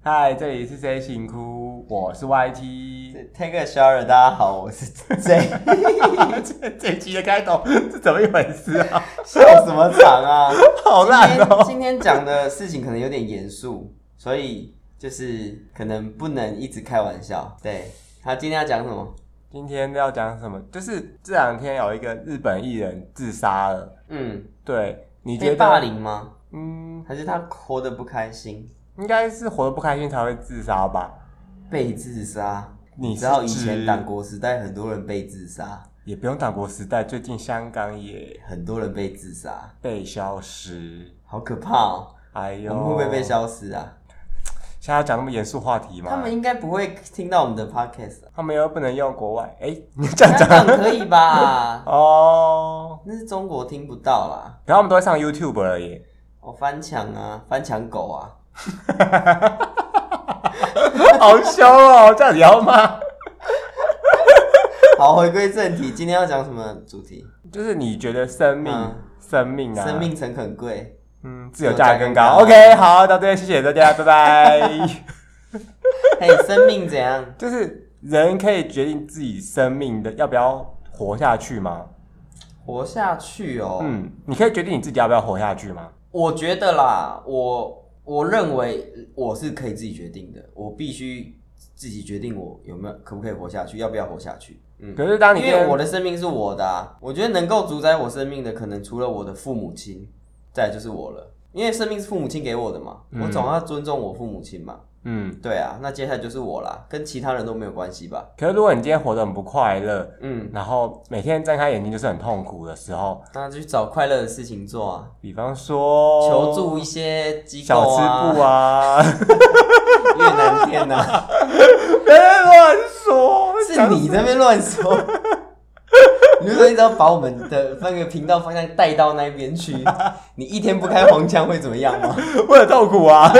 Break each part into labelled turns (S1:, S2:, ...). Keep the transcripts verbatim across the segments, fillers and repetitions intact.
S1: 嗨，这里是 J 辛苦，我是 Y T。
S2: Take a shower， 大家好，我是 J。
S1: 这这集的开头是怎么一回事啊？
S2: 笑什么场啊？
S1: 好烂哦！
S2: 今天讲的事情可能有点严肃，所以就是可能不能一直开玩笑。对，他今天要讲什么？
S1: 今天要讲什么？就是这两天有一个日本艺人自杀了。嗯，对，你觉得
S2: 被霸凌吗？
S1: 嗯，
S2: 还是他活得不开心？
S1: 应该是活得不开心才会自杀吧？
S2: 被自杀？
S1: 你
S2: 知道以前党国时代很多人被自杀，
S1: 也不用党国时代，最近香港也
S2: 很多人被自杀、
S1: 被消失，
S2: 好可怕哦！
S1: 哎呦，
S2: 我们会不会被消失啊？
S1: 现在要讲那么严肃话题吗？
S2: 他们应该不会听到我们的 podcast，
S1: 他们又不能用国外，哎、欸，你这样讲
S2: 可以吧？
S1: 哦，
S2: 那是中国听不到啦。
S1: 然后我们都会上 YouTube 而已。
S2: 哦，翻墙啊，翻墙狗啊，
S1: 好凶哦！这样你要吗？
S2: 好，回归正题，今天要讲什么主题？
S1: 就是你觉得生命，嗯、生命啊，
S2: 生命诚很贵，
S1: 嗯，自由价格更高。OK， 好，到这边谢谢大家，拜拜。
S2: 嘿，生命怎样？
S1: 就是人可以决定自己生命的要不要活下去吗？
S2: 活下去哦，
S1: 嗯，你可以决定你自己要不要活下去吗？
S2: 我觉得啦，我我认为我是可以自己决定的，我必须自己决定我有没有可不可以活下去，要不要活下去。嗯，
S1: 可是当你
S2: 因为我的生命是我的啊，我觉得能够主宰我生命的，可能除了我的父母亲，再来就是我了。因为生命是父母亲给我的嘛，嗯、我总要尊重我父母亲嘛。嗯，对啊，那接下来就是我啦，跟其他人都没有关系吧。
S1: 可是如果你今天活得很不快乐，嗯，然后每天睁开眼睛就是很痛苦的时候，
S2: 那就去找快乐的事情做啊，
S1: 比方说
S2: 求助一些机构啊，
S1: 小吃部啊，
S2: 越南店啊，
S1: 别乱说，
S2: 是你这边乱说。你如果一直要把我们的那个频道方向带到那边去，你一天不开黄腔会怎么样吗？
S1: 会很痛苦啊！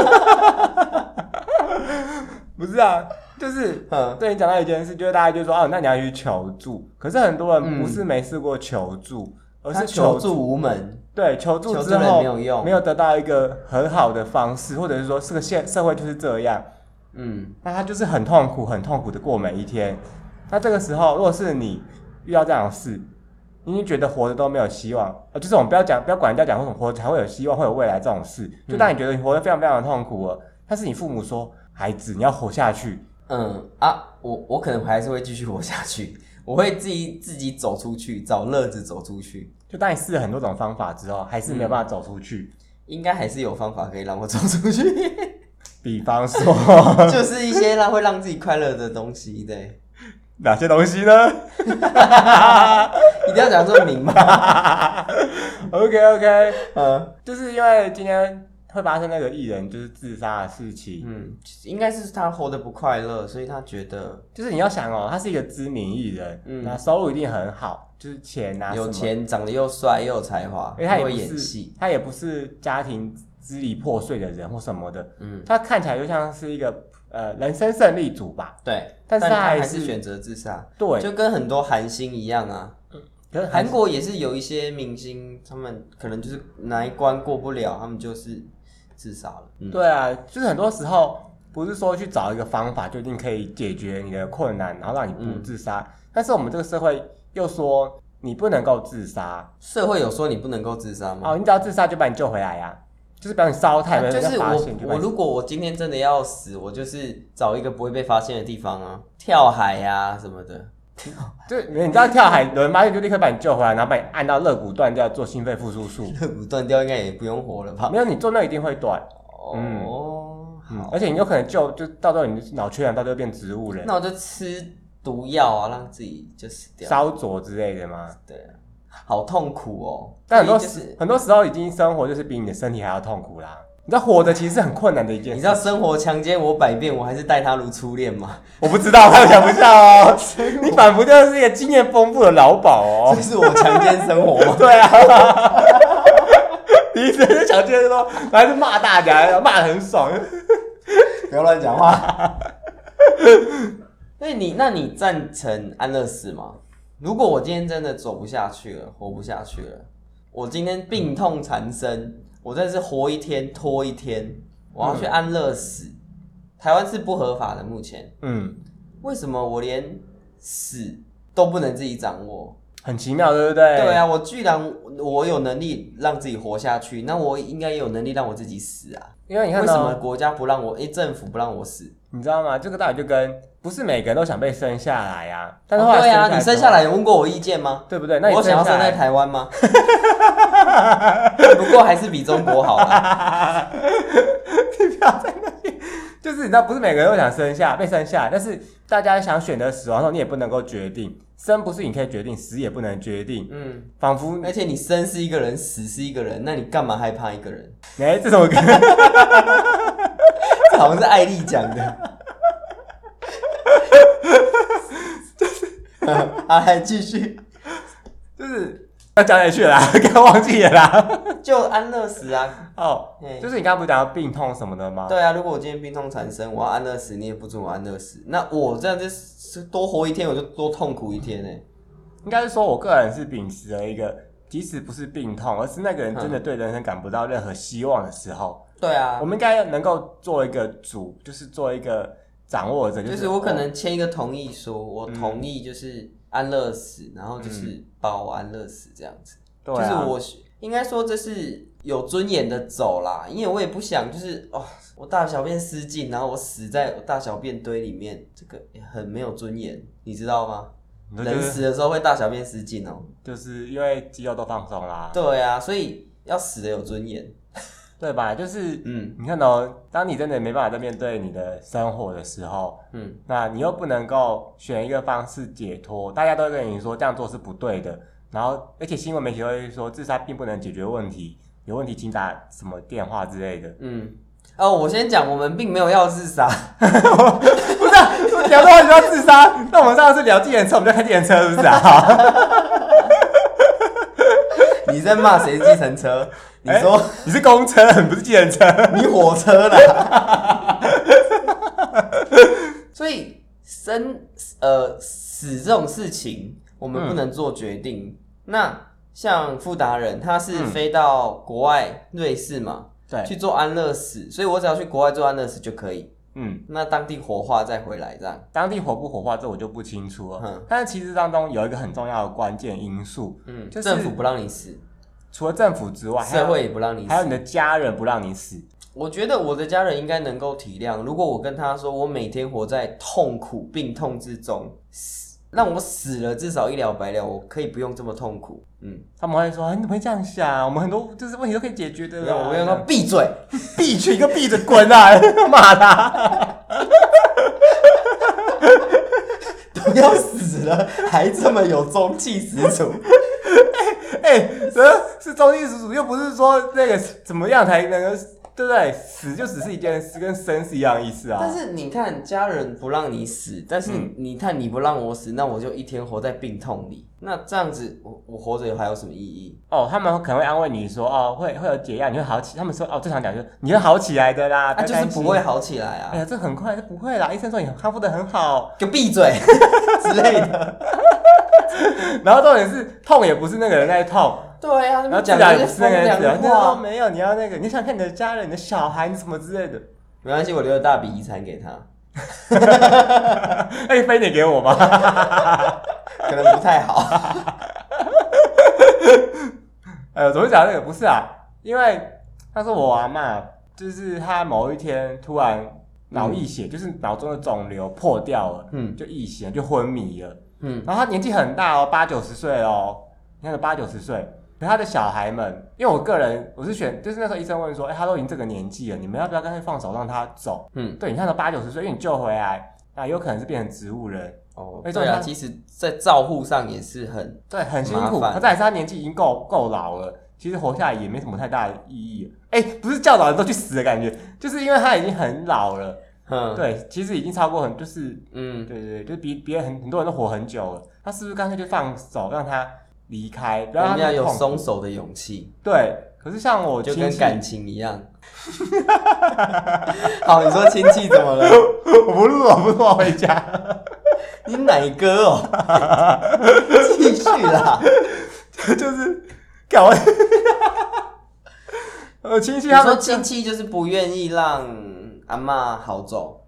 S1: 不是啊，就是对你讲到一件事，就是大家就说哦，那你要去求助。可是很多人不是没试过求助，嗯、而是
S2: 求助无门。
S1: 对，求助之后没有用，没有得到一个很好的方式，或者是说这个现社会就是这样。嗯，那他就是很痛苦，很痛苦的过每一天。那这个时候，如果是你遇到这样的事，你已经觉得活着都没有希望，呃，就是我们不要讲，不要管人家讲为什么活着才会有希望，会有未来这种事。就当你觉得你活得非常非常的痛苦了，但是你父母说，孩子你要活下去。
S2: 嗯啊，我我可能还是会继续活下去，我会自己自己走出去，找乐子走出去。
S1: 就当你试了很多种方法之后，还是没有办法走出去，
S2: 嗯、应该还是有方法可以让我走出去。
S1: 比方说，
S2: 就是一些让会让自己快乐的东西，对。
S1: 哪些东西呢？
S2: 一定要讲这么明吗
S1: ？OK OK， 嗯，就是因为今天会发生那个艺人就是自杀的事情，
S2: 嗯，应该是他活得不快乐，所以他觉得，
S1: 就是你要想哦，他是一个知名艺人，嗯，那收入一定很好，就是钱啊，
S2: 有钱，长得又帅又有才华，
S1: 因为他也
S2: 会演戏，
S1: 他也不是家庭支离破碎的人或什么的，嗯，他看起来就像是一个。呃，人生胜利组吧，
S2: 对，
S1: 但是他还
S2: 是,
S1: 还
S2: 是选择自杀，
S1: 对，
S2: 就跟很多韩星一样啊。嗯，可是韩国也是有一些明星，他们可能就是哪一关过不了，他们就是自杀了。
S1: 嗯、对啊，就是很多时候不是说去找一个方法就一定可以解决你的困难，然后让你不自杀。嗯、但是我们这个社会又说你不能够自杀，
S2: 社会有说你不能够自杀吗？
S1: 哦，你只要自杀就把你救回来呀、啊。就是比如你烧太没有人发现，
S2: 就是我我如果我今天真的要死，我就是找一个不会被发现的地方啊，跳海啊什么的。
S1: 就你知道跳海，有人發現就立刻把你救回来，然後把你按到肋骨斷掉，做心肺復甦術。
S2: 肋骨斷掉應該也不用活了吧？
S1: 沒有，你做那一定會斷。
S2: 嗯、哦、
S1: 嗯，而且你有可能就就到時候你腦缺氧，到時候變植物人。
S2: 那我就吃毒藥啊，讓自己就死掉。
S1: 燒灼之類的嗎？
S2: 對。好痛苦哦！
S1: 但很多、就是、很多時候已經生活就是比你的身體還要痛苦啦。你知道活着其實是很困難的一件事。
S2: 你知道生活強姦我百遍，我還是待他如初戀嗎？
S1: 我不知道，我想不到哦。你仿佛就是一個經驗豐富的老鴇哦。
S2: 這是我強姦生活嗎？
S1: 對啊。你一直在強姦說，還是罵大家，罵得很爽。
S2: 不要亂講話。所以你，那你贊成安樂死嗎？如果我今天真的走不下去了，活不下去了，我今天病痛纏身，我真的是活一天拖一天，我要去安乐死，嗯、 台湾是不合法的，目前。嗯，为什么我连死都不能自己掌握？
S1: 很奇妙，对不对？
S2: 对啊，我居然我有能力让自己活下去，那我应该也有能力让我自己死啊。
S1: 因为你看，
S2: 为什么国家不让我？哎，政府不让我死？
S1: 你知道吗？这个道理就跟不是每个人都想被生下来啊。但是
S2: 后来、哦、对啊，你生下来有问过我意见吗？
S1: 对不对？那你
S2: 我想要生在台湾吗？不过还是比中国好啦。
S1: 你不要在那里，就是你知道，不是每个人都想生下被生下来，但是大家想选择死亡的时候，你也不能够决定。生不是你可以决定，死也不能决定。嗯，仿佛
S2: 而且你生是一个人，死是一个人，那你干嘛害怕一个人？
S1: 哎，这什么歌？
S2: 这好像是艾丽讲的。好，来继续，
S1: 就是要讲下去了啦，刚忘记了啦。
S2: 就安乐死啊！
S1: 哦，就是你刚刚不是讲到病痛什么的吗？
S2: 对啊，如果我今天病痛产生，我要安乐死，你也不准我安乐死，那我这样子多活一天，我就多痛苦一天呢、欸。
S1: 应该是说，我个人是秉持了一个，即使不是病痛，而是那个人真的对人生感不到任何希望的时候，
S2: 对啊，
S1: 我们应该能够做一个主，就是做一个掌握者，
S2: 就是、就是我可能签一个同意书，我同意就是安乐死，嗯、然后就是包安乐死这样子，对啊、就是我应该说这是有尊严的走啦，因为我也不想就是哦，我大小便失禁，然后我死在我大小便堆里面，这个很没有尊严，你知道吗？人死的时候会大小便失禁哦、喔，
S1: 就是因为肌肉都放松啦。
S2: 对啊，所以要死的有尊严，
S1: 对吧？就是嗯，你看哦、喔，当你真的没办法再面对你的生活的时候，嗯，那你又不能够选一个方式解脱，大家都会跟你说这样做是不对的，然后而且新闻媒体会说自杀并不能解决问题，有问题请打什么电话之类的，嗯。
S2: 哦，我先讲，我们并没有要自杀，
S1: 不是、啊，聊的话就要自杀。那我们上次聊计程车，我们就开计程车，是不是啊？
S2: 你在骂谁计程车？你说、欸、
S1: 你是公车，你不是计程车，
S2: 你火车啦。所以生呃死这种事情，我们不能做决定。嗯、那像傅达人，他是飞到国外瑞士嘛？对，去做安乐死，所以我只要去国外做安乐死就可以。嗯，那当地火化再回来这样。
S1: 当地火不火化这我就不清楚了。嗯，但是其实当中有一个很重要的关键因素，嗯，就是
S2: 政府不让你死，
S1: 除了政府之外，
S2: 社会也不让你死，
S1: 还有你的家人不让你死。
S2: 我觉得我的家人应该能够体谅，如果我跟他说我每天活在痛苦病痛之中，让我死了至少一了百了，我可以不用这么痛苦。嗯，
S1: 他们会说：“你怎么会这样想？我们很多就是问题都可以解决的。”
S2: 我跟他说：“闭嘴，
S1: 闭嘴，一个闭嘴，滚啊！骂他，
S2: 都要死了，还这么有中气十足。
S1: 哎、欸，什、欸、么是中气十足？又不是说那个怎么样才能够。”对不对？死就只是一件事，跟生是一样的意思啊。
S2: 但是你看，家人不让你死，但是你看你不让我死，那我就一天活在病痛里。那这样子，我我活着还有什么意义？
S1: 哦，他们可能会安慰你说，哦，会会有解药，你会好起。他们说，哦，最常讲就是你会好起来的啦。
S2: 啊，就是不会好起来啊。
S1: 哎呀，这很快，这不会啦。医生说你康复得很好，
S2: 就闭嘴之类的。
S1: 然后重点是痛也不是那个人在痛。
S2: 对啊，
S1: 然后治疗也不是那个人治疗，没有，你要那个，你想看你的家人、你的小孩、你什么之类的。
S2: 没关系，我留了大笔遗产给他。
S1: 可以分点给我吗？
S2: 可能不太好。
S1: 呃，怎么讲那个不是啊？因为他说我阿嬷，就是他某一天突然脑溢血，嗯、就是脑中的肿瘤破掉了，嗯，就溢血就昏迷了，嗯，然后他年纪很大哦，八九十岁哦，你看八九十岁。可他的小孩们，因为我个人我是选，就是那时候医生问说，哎、欸，他都已经这个年纪了，你们要不要干脆放手让他走？嗯，对，你看到八九十岁，因为你救回来，那有可能是变成植物人。哦，
S2: 对啊，其实在照护上也是很
S1: 对很辛苦，可再来是他年纪已经够够老了，其实活下来也没什么太大的意义。哎、欸，不是叫老人都去死的感觉，就是因为他已经很老了。嗯，对，其实已经超过很，就是嗯，对对对，就是比别人很很多人都活很久了，他是不是干脆就放手让他？离开，不
S2: 要要有松手的勇气。
S1: 对，可是像我
S2: 就跟感情一样。好，你说亲戚怎么了？
S1: 我不录，我不录，我回家。
S2: 你奶哥哦，继续啦。
S1: 就是搞。呃，亲戚他们
S2: 说亲戚就是不愿意让阿嬷好走。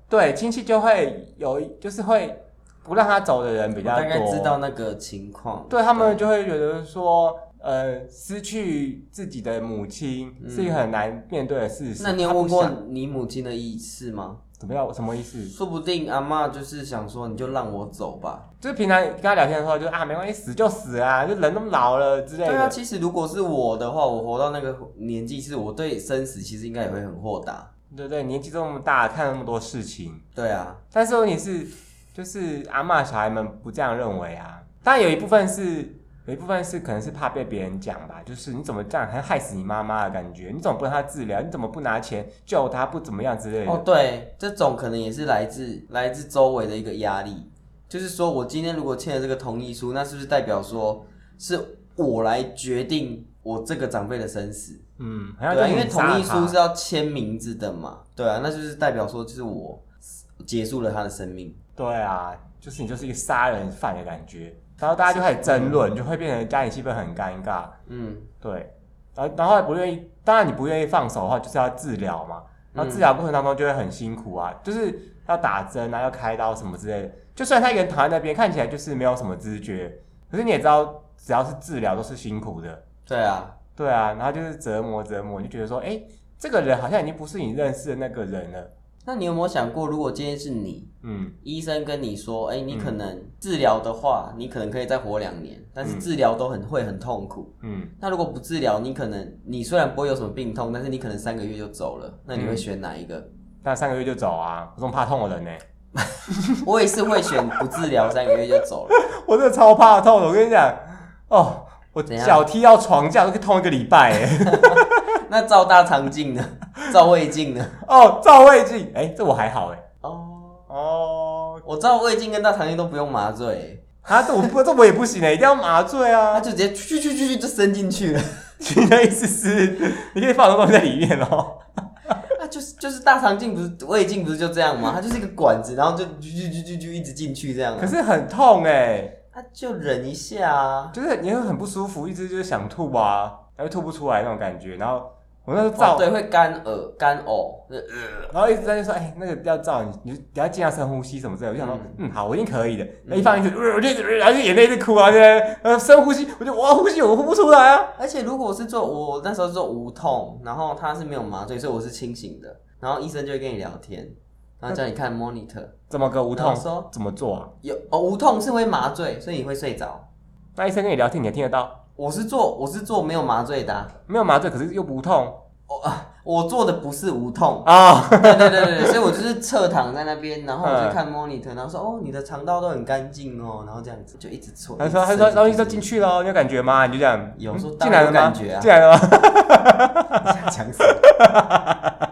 S1: 对，亲戚就会有，就是会不让他走的人比较多。
S2: 大概知道那个情况，
S1: 对他们就会觉得说，呃，失去自己的母亲是一个很难面对的事实。
S2: 嗯、那你有问过你母亲的意思吗？
S1: 怎么样？什么意思？
S2: 说不定阿嬷就是想说，你就让我走吧。
S1: 就是平常跟他聊天的时候就，就啊，没关系，死就死啊，就人都老了之类的。
S2: 对啊，其实如果是我的话，我活到那个年纪，是我对生死其实应该也会很豁达。
S1: 对对，年纪这么大，看了那么多事情。
S2: 对啊，
S1: 但是问题是，就是阿嬷小孩们不这样认为啊。当然有一部分是。有一部分是可能是怕被别人讲吧，就是你怎么这样，还害死你妈妈的感觉，你怎么不让她治疗，你怎么不拿钱救她，不怎么样之类的。
S2: 哦，对，这种可能也是来自来自周围的一个压力，就是说我今天如果签了这个同意书，那是不是代表说是我来决定我这个长辈的生死？嗯，对啊，因为同意书是要签名字的嘛，对啊，那就是代表说就是我结束了他的生命。
S1: 对啊，就是你就是一个杀人犯的感觉。然后大家就开始争论，就会变成家庭气氛很尴尬。嗯，对。然后，然后不愿意，当然你不愿意放手的话，就是要治疗嘛。然后治疗过程当中就会很辛苦啊，就是要打针啊，要开刀什么之类的。就虽然他一个人躺在那边，看起来就是没有什么知觉，可是你也知道，只要是治疗都是辛苦的。
S2: 对啊，
S1: 对啊。然后就是折磨折磨，你就觉得说，哎，这个人好像已经不是你认识的那个人了。
S2: 那你有没有想过，如果今天是你，嗯，医生跟你说，哎、欸，你可能治疗的话，你可能可以再活两年，但是治疗都很会很痛苦，嗯，那如果不治疗，你可能你虽然不会有什么病痛，但是你可能三个月就走了，那你会选哪一个？
S1: 那、嗯、三个月就走啊，我这么怕痛的人呢、欸？
S2: 我也是会选不治疗，三个月就走了。
S1: 我真的超怕痛的，我跟你讲，哦，我脚踢到床架都可以痛一个礼拜哎、欸。
S2: 那照大肠镜呢？照胃镜呢？
S1: 哦，照胃镜，哎、欸，这我还好哎、欸。哦
S2: 哦，我照胃镜跟大肠镜都不用麻醉、
S1: 欸。啊，这我不，这我也不行哎、欸，一定要麻醉啊。
S2: 他就直接去去去去就伸进去了。
S1: 你的意思是，你可以放很多东西在里面哦。
S2: 啊，就是就是大肠镜不是胃镜不是就这样吗？它就是一个管子，然后就就就就就一直进去这样、啊。
S1: 可是很痛哎、欸。
S2: 啊，就忍一下啊。
S1: 就是你会很不舒服，一直就是想吐啊，然后吐不出来那种感觉，然后。我那时候照、
S2: 哦、对会干呕干呕、呃，
S1: 然后一直在说，哎、欸，那个要照你，你等下尽量深呼吸什么之类的。我就想说，嗯，嗯好，我一定可以的。那、嗯、一放进去，呃，我就然后就眼泪就哭啊，对不对？呃，深呼吸，我就我要呼吸，我呼不出来啊。
S2: 而且如果我是做我那时候做无痛，然后他是没有麻醉，所以我是清醒的，然后医生就会跟你聊天，然后叫你看 monitor，
S1: 怎么个无痛？说怎么做啊？
S2: 有哦，无痛是会麻醉，所以你会睡着。
S1: 那医生跟你聊天，你还听得到？
S2: 我是做我是做没有麻醉的、啊，
S1: 没有麻醉，可是又不痛。
S2: 我啊，我做的不是无痛啊， oh. 对对对对，所以我就是侧躺在那边，然后我就看 monitor， 然后说哦，你的肠道都很干净哦，然后这样子就一直搓。
S1: 他说他说东西都进去了，你有感觉吗？你就这样，
S2: 有说
S1: 进来了吗？
S2: 感觉啊，
S1: 进来了吗？
S2: 你想讲什么？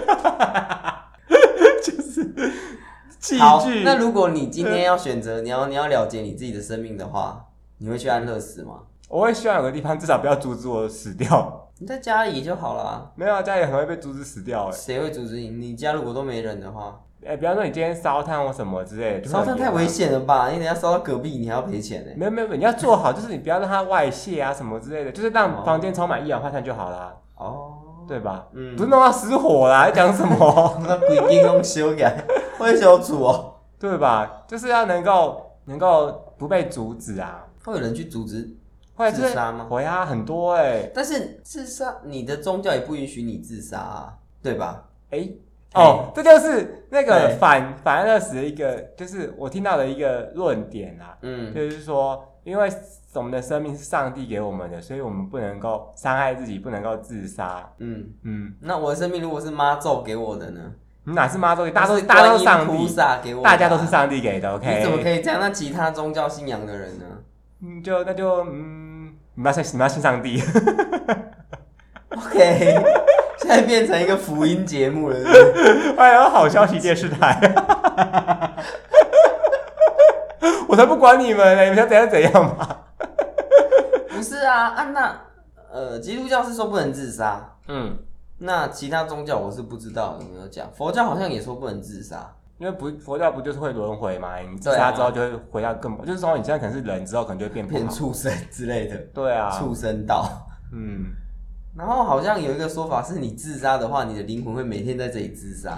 S1: 就是器
S2: 好，
S1: 具。
S2: 那如果你今天要选择，你要你要了解你自己的生命的话，你会去安乐死吗？
S1: 我会希望有个地方至少不要阻止我死掉。
S2: 你在家里就好了、啊。
S1: 没有啊，家里很容易被阻止死掉哎、欸。
S2: 谁会阻止你？你家如果都没人的话，
S1: 哎、欸，比方说你今天烧炭或什么之类的，
S2: 烧炭太危险了吧？你等一下烧到隔壁，你还要赔钱呢、欸。
S1: 没有没有，你要做好，就是你不要让它外泄啊什么之类的，就是让房间充满一氧化碳就好啦。哦，对吧？嗯，不是弄到失火啦，在讲什么？
S2: 那规间拢烧起来，会烧厝哦，
S1: 对吧？就是要能够能够不被阻止啊。
S2: 会有人去阻止？
S1: 自
S2: 杀吗？
S1: 会啊，很多哎、欸。
S2: 但是自杀，你的宗教也不允许你自杀啊，对吧？
S1: 哎、欸，哦，这就是那个反反安乐死的一个，就是我听到的一个论点啊。嗯，就是说，因为我们的生命是上帝给我们的，所以我们不能够伤害自己，不能够自杀。嗯
S2: 嗯。那我的生命如果是妈咒给我的呢？
S1: 你哪是妈咒给？大家都大家都是上帝
S2: 菩萨给我的、
S1: 啊，大家都是上帝给的。OK，
S2: 你怎么可以这样？那其他宗教信仰的人呢？
S1: 嗯，就那就嗯，你们要信你们要信上帝。
S2: OK， 现在变成一个福音节目了是不是？
S1: 哎呀，好消息电视台。我才不管你们呢，你们想怎样怎样嘛。
S2: 不是啊，啊那呃，基督教是说不能自杀，嗯，那其他宗教我是不知道有没有讲，佛教好像也说不能自杀。
S1: 因为不佛教不就是会轮回嘛？你自杀之后就会回到更，啊、就是说你现在可能是人，之后可能就会变
S2: 变畜生之类的。
S1: 对啊，
S2: 畜生道。嗯。然后好像有一个说法是，你自杀的话，你的灵魂会每天在这里自杀，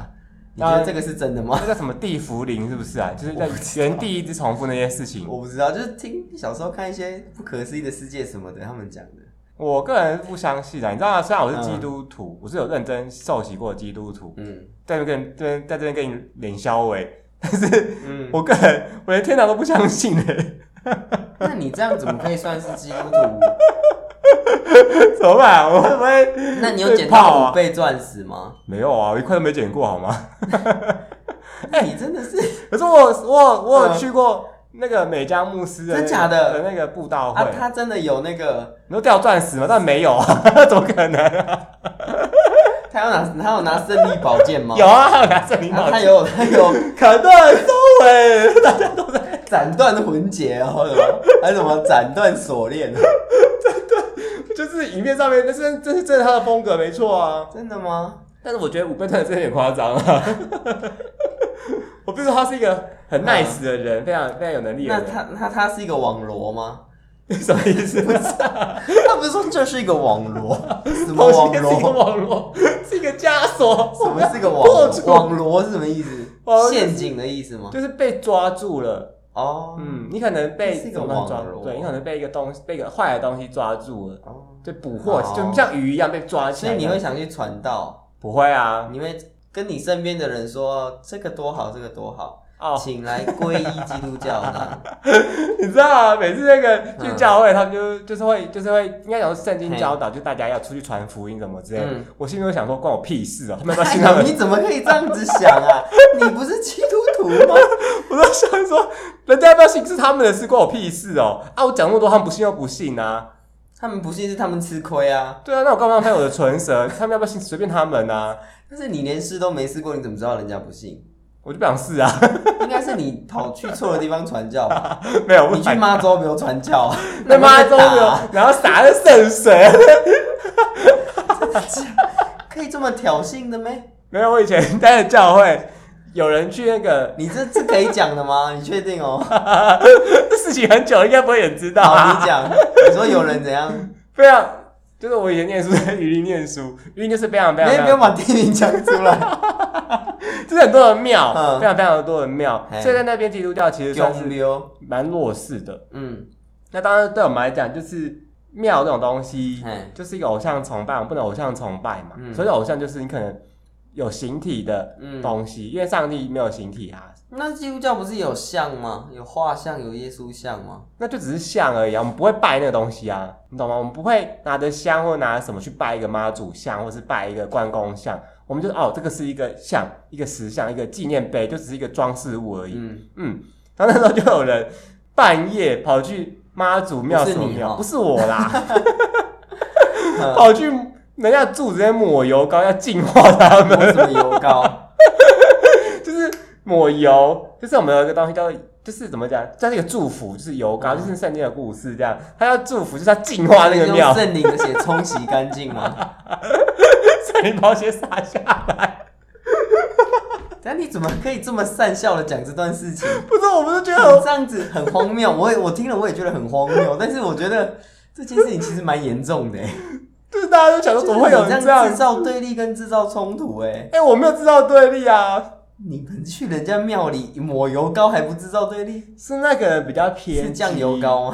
S2: 你觉得这个是真的吗？
S1: 那叫什么地茯苓是不是啊？就是在原地一直重复那些事情。
S2: 我不知道，就是听小时候看一些不可思议的世界什么的，他们讲的。
S1: 我个人不相信的，你知道吗？虽然我是基督徒，嗯、我是有认真受洗过的基督徒，嗯，在这边跟在这边跟你脸消委，但是，嗯，我个人我连天堂都不相信嘞。
S2: 那你这样怎么可以算是基督徒？
S1: 怎么办？我会不会？
S2: 那你有捡到五倍钻石吗？
S1: 没有啊，我一块都没捡过，好吗？
S2: 哎、欸，你真的是？
S1: 可是我我我有去过那个美江牧师的、那個，
S2: 真假的
S1: 的那个布道会、
S2: 啊，他真的有那个？
S1: 你说掉钻石吗？但没有啊，怎么可能啊？
S2: 他有拿他有拿胜利宝剑吗？
S1: 有啊，他有拿胜利宝剑、啊。
S2: 他有他有
S1: 砍断收尾，大家都在
S2: 斩断魂结哦，还是什么斩断锁链？
S1: 斩断就是影片上面，那是这是真的他的风格，没错啊。
S2: 真的吗？
S1: 但是我觉得五倍真的是有点夸张啊。我不是说他是一个很 nice 的人，嗯、非常非常有能力的人。
S2: 那他他他是一个网罗吗？
S1: 什么意思？不是、
S2: 啊，他不是说这是一个网罗？什么网罗？
S1: 是一个网罗，是一个枷锁。
S2: 什么是个网罗？网罗是什么意思？陷阱的意思吗？
S1: 就是被抓住了。
S2: 哦，
S1: 嗯，你可能被
S2: 是一个网罗，
S1: 对，你可能被一个东西，被一个坏的东西抓住了。哦，就捕获，哦、就像鱼一样被抓起来。
S2: 所以你会想去传道？
S1: 不会啊，
S2: 你会跟你身边的人说这个多好，这个多好。哦，请来皈依基督教呢？
S1: 你知道啊，每次那个去教会，他们就就是会就是会，应该讲圣经教导，就大家要出去传福音什么之类的。嗯、我心里会想说，关我屁事哦、喔！他们要不要信他们？
S2: 你怎么可以这样子想啊？你不是基督徒吗？
S1: 我在想说，人家要不要信是他们的事，关我屁事哦、喔！啊，我讲那么多，他们不信又不信啊。
S2: 他们不信是他们吃亏啊。
S1: 对啊，那我干嘛拍我的唇舌？他们要不要信随便他们啊。
S2: 但是你连试都没试过，你怎么知道人家不信？
S1: 我就不想试啊，
S2: 应该是你跑去错的地方传教吧？
S1: 没有，
S2: 你去妈祖庙传教、啊，
S1: 那妈祖庙，然后洒了圣水，
S2: 真的假？可以这么挑衅的咩？
S1: 没有，我以前待的教会有人去那个，
S2: 你这是可以讲的吗？你确定哦？
S1: 这事情很久，应该不会有人知道、
S2: 啊。好，你讲，你说有人怎样？
S1: 非常，就是我以前念书在云林念书，云林就是非常非常，
S2: 你也不用把地名讲出来。
S1: 就是很多的庙，嗯、非常非常多的庙，所以在那边基督教其实算是蛮弱势的。嗯，那当然对我们来讲，就是庙这种东西，就是一个偶像崇拜，我们不能偶像崇拜嘛。嗯、所以偶像就是你可能有形体的东西，嗯、因为上帝没有形体啊。
S2: 那基督教不是有像吗？有画像，有耶稣像吗？
S1: 那就只是像而已啊，我们不会拜那个东西啊，你懂吗？我们不会拿着香或拿什么去拜一个妈祖像，或是拜一个关公像。我们就哦，这个是一个像，一个石像，一个纪念碑，就只是一个装饰物而已。嗯嗯，然后那时候就有人半夜跑去妈祖庙什么庙，不是我啦，跑去人家住直接抹油膏，要净化他们。
S2: 抹什么油膏？
S1: 就是抹油，就是我们有一个东西叫做，就是怎么讲，这是一个祝福，就是油膏，嗯、就是圣经的故事这样。他要祝福，就是要净化那个庙，
S2: 用圣灵的血冲洗干净吗？
S1: 你把血洒下来，
S2: 但你怎么可以这么善笑的讲这段事情？
S1: 不是，我不是觉得
S2: 这样子很荒谬，我也我听了我也觉得很荒谬，但是我觉得这件事情其实蛮严重的，
S1: 就是大家都想说怎么会有人这样
S2: 制造对立跟制造冲突？哎，
S1: 哎，我没有制造对立啊！
S2: 你们去人家庙里抹油膏还不制造对立？
S1: 是那个人比较偏
S2: 是酱油膏吗？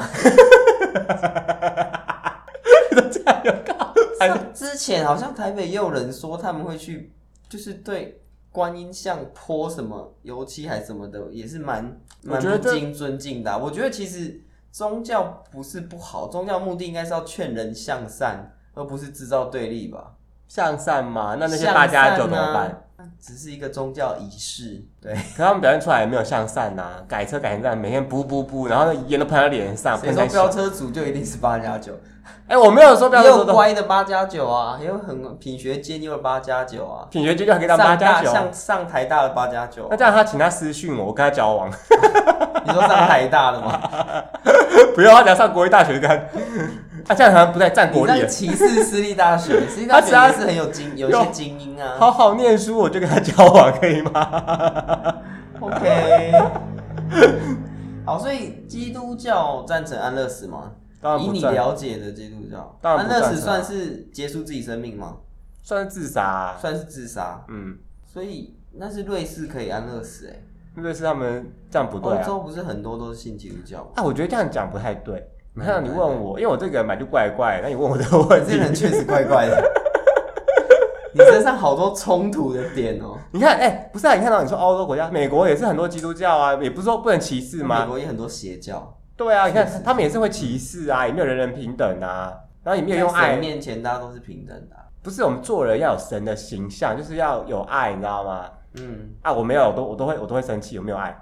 S1: 酱油膏。
S2: 之前好像台北也有人说他们会去，就是对观音像泼什么油漆还是什么的，也是蛮蛮不经尊敬的、啊。我觉得其实宗教不是不好，宗教目的应该是要劝人向善，而不是制造对立吧？
S1: 向善嘛，那那些八加九怎么办？
S2: 只是一个宗教仪式，对。
S1: 可他们表现出来也没有向善呐、啊，改车改成这样，每天噗噗噗，然后盐都喷在脸上。
S2: 谁说飙车族就一定是八加九？
S1: 哎，我没有说飙车族。
S2: 也有乖的八加九啊，也有很品学兼优的八加九啊。
S1: 品学兼优还可以当八加九，
S2: 上上台大的八加九。
S1: 那这样他请他私讯我，我跟他交往。
S2: 你说上台大的吗？
S1: 不用，他只要上国立大学跟他。他、啊、这样好像不太占国力。
S2: 你歧视私立大学，私立大学也是很有精，有一些精英啊。
S1: 好好念书，我就跟他交往，可以吗
S2: ？OK。好，所以基督教赞成安乐死吗？以你了解的基督教，安乐死算是结束自己生命吗？
S1: 算是自杀、啊，
S2: 算是自杀。嗯，所以那是瑞士可以安乐死哎、欸。
S1: 瑞士他们这样不对啊。
S2: 欧洲不是很多都是信基督教吗？
S1: 啊，我觉得这样讲不太对。你看，你问我，因为我这个人买就怪怪，那你问我这个问题，
S2: 这人确实怪怪的。你身上好多冲突的点哦。
S1: 你看，哎、欸，不是啊，你看到你说欧洲国家，美国也是很多基督教啊，也不是说不能歧视吗？
S2: 美国也很多邪教。
S1: 对啊，你看他们也是会歧视啊，也没有人人平等啊，然后也没有用爱。
S2: 在神面前大家都是平等的、啊。
S1: 不是，我们做人要有神的形象，就是要有爱，你知道吗？嗯。啊，我没有，我都我都会我都会生气，我没有爱。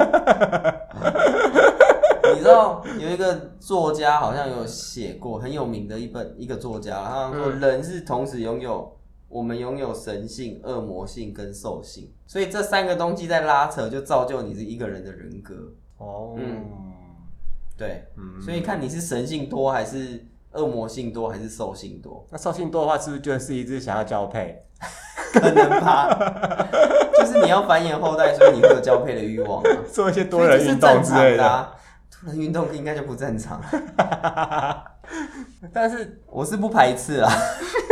S2: 你知道有一个作家好像有写过很有名的一本一个作家，他说人是同时拥有我们拥有神性、恶魔性跟兽性，所以这三个东西在拉扯，就造就你是一个人的人格。哦，嗯，对，嗯，所以看你是神性多还是恶魔性多还是兽性多。
S1: 那兽性多的话，是不是就是一只想要交配？
S2: 可能吧，就是你要繁衍后代，所以你会有交配的欲望、啊，
S1: 做一些多人运动之类的。
S2: 啊、多人运动应该就不正常。
S1: 但是
S2: 我是不排斥啦。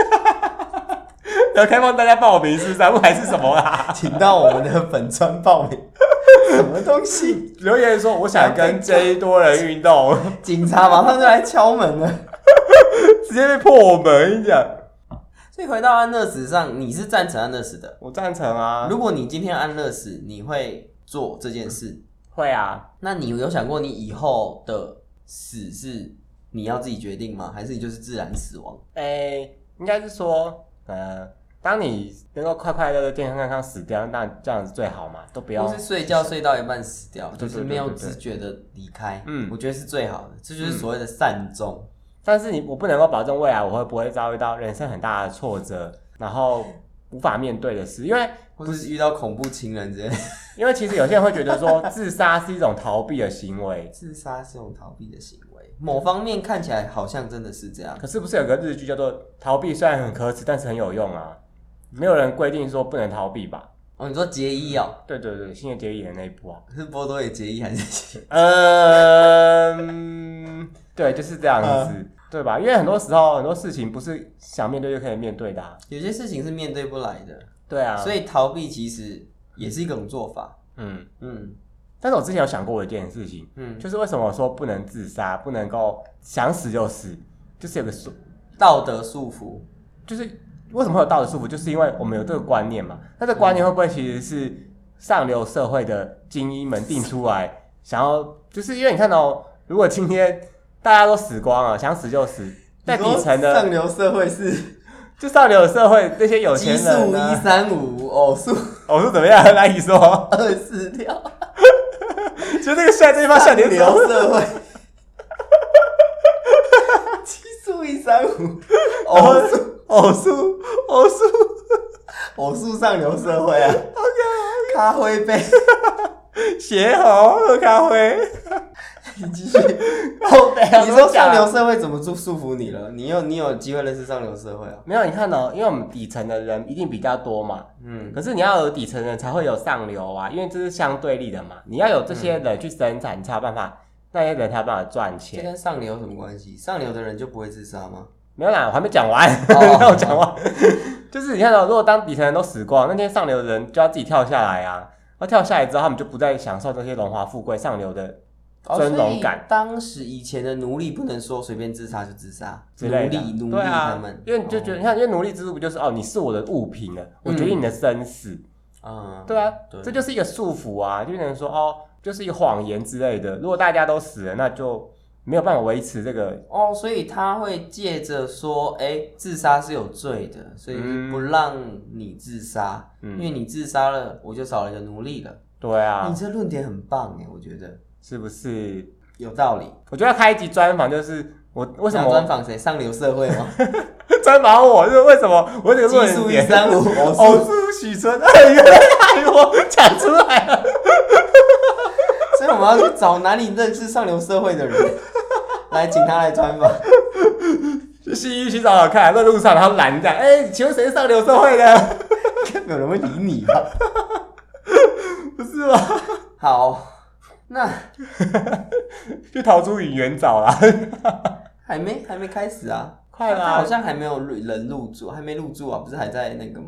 S1: 要开放大家报名是不是？不排斥什么啦？
S2: 请到我们的粉专报名。什么东西？
S1: 留言说我想跟 J 多人运动，
S2: 警察马上就来敲门了，
S1: 直接被破门。跟你讲，
S2: 所以回到安乐死上，你是赞成安乐死的？
S1: 我赞成啊。
S2: 如果你今天安乐死，你会做这件事？
S1: 会啊。
S2: 那你有想过你以后的死是你要自己决定吗？还是你就是自然死亡？
S1: 诶、欸，应该是说，呃。当你能够快快乐乐、健健康康死掉，那这样子最好嘛，都不要。
S2: 不是睡觉睡到一半死掉，就是没有知觉的离开。嗯，我觉得是最好的，这就是所谓的善终。嗯、
S1: 但是你我不能够保证未来我会不会遭遇到人生很大的挫折，然后无法面对的事，因为
S2: 不是遇到恐怖情人之类的。
S1: 因为其实有些人会觉得说，自杀是一种逃避的行为。
S2: 自杀是一种逃避的行为，某方面看起来好像真的是这样。
S1: 可是不是有个日剧叫做《逃避》，虽然很可耻，但是很有用啊。没有人规定说不能逃避吧？
S2: 哦，你说结衣哦？
S1: 对对对，新垣结衣演的那一部啊，
S2: 是波多野结衣还是？
S1: 嗯，对，就是这样子，嗯、对吧？因为很多时候很多事情不是想面对就可以面对的、啊，
S2: 有些事情是面对不来的。
S1: 对啊，
S2: 所以逃避其实也是一种做法。嗯
S1: 嗯。但是我之前有想过一件事情，嗯，就是为什么我说不能自杀，不能够想死就死，就是有个束
S2: 道德束缚，
S1: 就是。为什么会有道德束缚？就是因为我们有这个观念嘛。那这个观念会不会其实是上流社会的精英们定出来，想要就是因为你看哦，如果今天大家都死光了，想死就死，在底层的
S2: 上流社会是
S1: 就上流社会那些有钱人呢？
S2: 奇数一三五，偶数
S1: 偶数怎么样？来你说
S2: 二四条，
S1: 就那个现在这地方上流
S2: 社会，奇数一三五，偶数。偶数，偶数，偶数上流社会啊 ！OK， 咖啡杯，
S1: 写好喝咖啡。
S2: 你继续。哦，你说上流社会怎么束束缚你了？你有你有机会认识上流社会啊？
S1: 没有，你看哦，因为我们底层的人一定比较多嘛，嗯，可是你要有底层人才会有上流啊，因为这是相对立的嘛。你要有这些人去生产，你才有办法，那些人才有办法赚钱。
S2: 这跟上流有什么关系？上流的人就不会自杀吗？
S1: 没有啦，我还没讲完，让我讲完。就是你看到、喔，如果当底层人都死光，那些上流的人就要自己跳下来啊。那跳下来之后，他们就不再享受这些荣华富贵、上流的尊荣感。
S2: 哦、当时以前的奴隶不能说随便自杀就自杀，
S1: 之类的。
S2: 奴隶奴
S1: 隶
S2: 他们，
S1: 啊、因为你就觉得，你看，因为奴隶制度不就是哦，你是我的物品了，我决定你的生死。嗯，对啊，对，这就是一个束缚啊，就变成说哦，就是一个谎言之类的。如果大家都死了，那就。没有办法维持这个
S2: 哦，所以他会借着说，哎、欸，自杀是有罪的，所以不让你自杀，嗯、因为你自杀了，我就少了一个奴隶了。
S1: 对啊，
S2: 你这论点很棒哎，我觉得
S1: 是不是
S2: 有道理？
S1: 我觉得要开一集专访，就是我为什么
S2: 专访谁？上流社会吗？
S1: 专访我，就是为什么我这个论点？
S2: 奇数一三五，
S1: 偶数许存，哎呀，我讲出来了。
S2: 所以我们要去找哪里认识上流社会的人。来，请他来专访。
S1: 去西医去找找看，在路上然后拦着，哎、欸，请问谁是上流社会的？
S2: 没有人会理你吧？
S1: 不是吗？
S2: 好，那
S1: 去逃出影园找啦。
S2: 还没还没开始啊，
S1: 快啦！
S2: 他好像还没有人入住，还没入住啊，不是还在那个吗？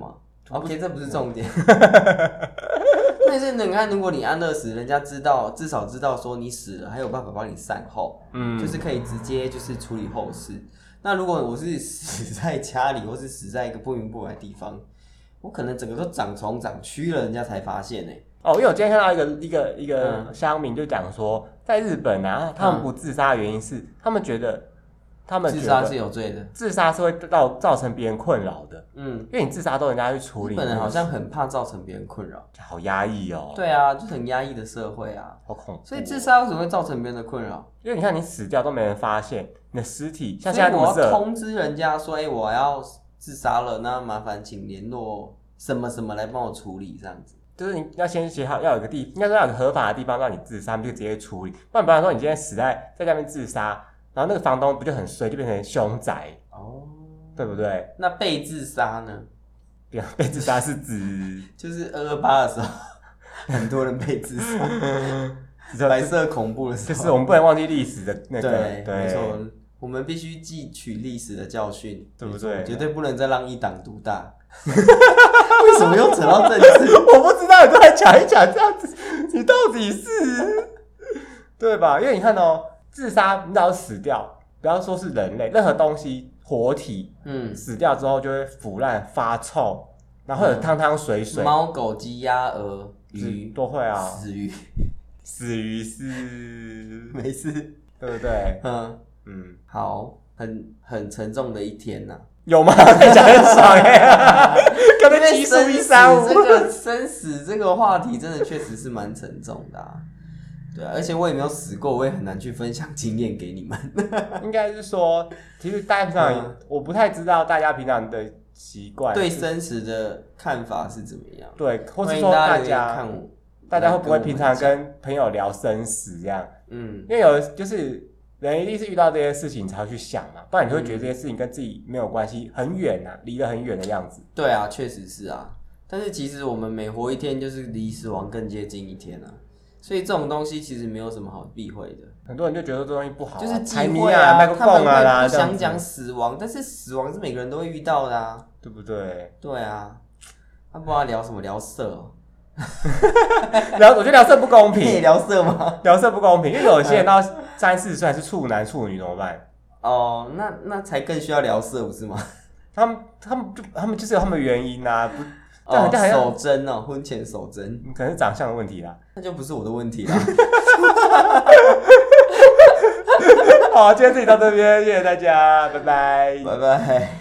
S2: OK， 这不是重点。但是你看，如果你安乐死，人家知道，至少知道说你死了，还有办法帮你善后，嗯，就是可以直接就是处理后事。那如果我是死在家里，或是死在一个不明不白的地方，我可能整个都长虫长蛆了，人家才发现呢、欸。
S1: 哦，因为我今天看到一个一个一个乡民就讲说，在日本啊，他们不自杀的原因是，他们觉得。他们
S2: 自杀是有罪的，
S1: 自杀是会造造成别人困扰的。嗯，因为你自杀都人家去处理。
S2: 日本人好像很怕造成别人困扰，
S1: 好压抑哦。
S2: 对啊，就很压抑的社会啊，
S1: 好恐怖。
S2: 所以自杀为什么会造成别人的困扰？
S1: 因为你看你死掉都没人发现，你的尸体像现在
S2: 我要通知人家说，哎、欸，我要自杀了，那麻烦请联络什么什么来帮我处理，这样子。
S1: 就是你要先写好，要有一个地，应该说要有个合法的地方让你自杀，你就直接处理。不然不然说你今天死在在那边自杀。然后那个房东不就很衰，就变成凶宅哦，对不对？
S2: 那被自杀呢？
S1: 被自杀是指
S2: 就是二二八的时候，很多人被自杀，白色恐怖的时候，
S1: 就是我们不能忘记历史的那个，
S2: 对，
S1: 对
S2: 没错，我们必须汲取历史的教训，
S1: 对不对？
S2: 绝对不能再让一党独大。为什么又扯到政治？
S1: 我不知道，你都来讲一讲这样子，你到底是对吧？因为你看哦。自杀，你只要死掉，不要说是人类，任何东西活体，嗯，死掉之后就会腐烂发臭，然后有汤汤水水。
S2: 猫、狗、鸡、鸭、鹅、鱼
S1: 都会啊。
S2: 死鱼，
S1: 死鱼是
S2: 没事，
S1: 对不对？
S2: 嗯嗯，好，很很沉重的一天呐、啊。
S1: 有吗？讲很爽哎，刚才七数一三五，
S2: 这个生死这个话题真的确实是蛮沉重的啊。对啊，而且我也没有死过，我也很难去分享经验给你们。
S1: 应该是说，其实大家平常、嗯、我不太知道大家平常的习惯，
S2: 对生死的看法是怎么样？
S1: 对，或是说大家看我，大家会不会平常跟朋友聊生死这样？嗯，因为有就是人一定是遇到这些事情才会去想嘛，不然你就会觉得这些事情跟自己没有关系，很远啊，离得很远的样子。
S2: 对啊，确实是啊。但是其实我们每活一天，就是离死亡更接近一天啊。所以这种东西其实没有什么好避讳的，
S1: 很多人就觉得这东西不好、啊，
S2: 就是忌讳啊，
S1: 啊
S2: 他们会不想讲死亡，但是死亡是每个人都会遇到的啊，
S1: 对不对？
S2: 对啊，他不知道聊什么聊色、喔，
S1: 聊我觉得聊色不公平，
S2: 可以聊色吗？
S1: 聊色不公平，因为有些人到三四十岁还是处男处女怎么办？
S2: 哦，那那才更需要聊色不是吗？
S1: 他们他们就他们就是有他们的原因啊，不。
S2: 哦，守贞哦，婚前守贞，
S1: 可能是长相的问题啦，
S2: 那就不是我的问题啦。
S1: 好，今天这里到这边，谢谢大家，拜拜，
S2: 拜拜。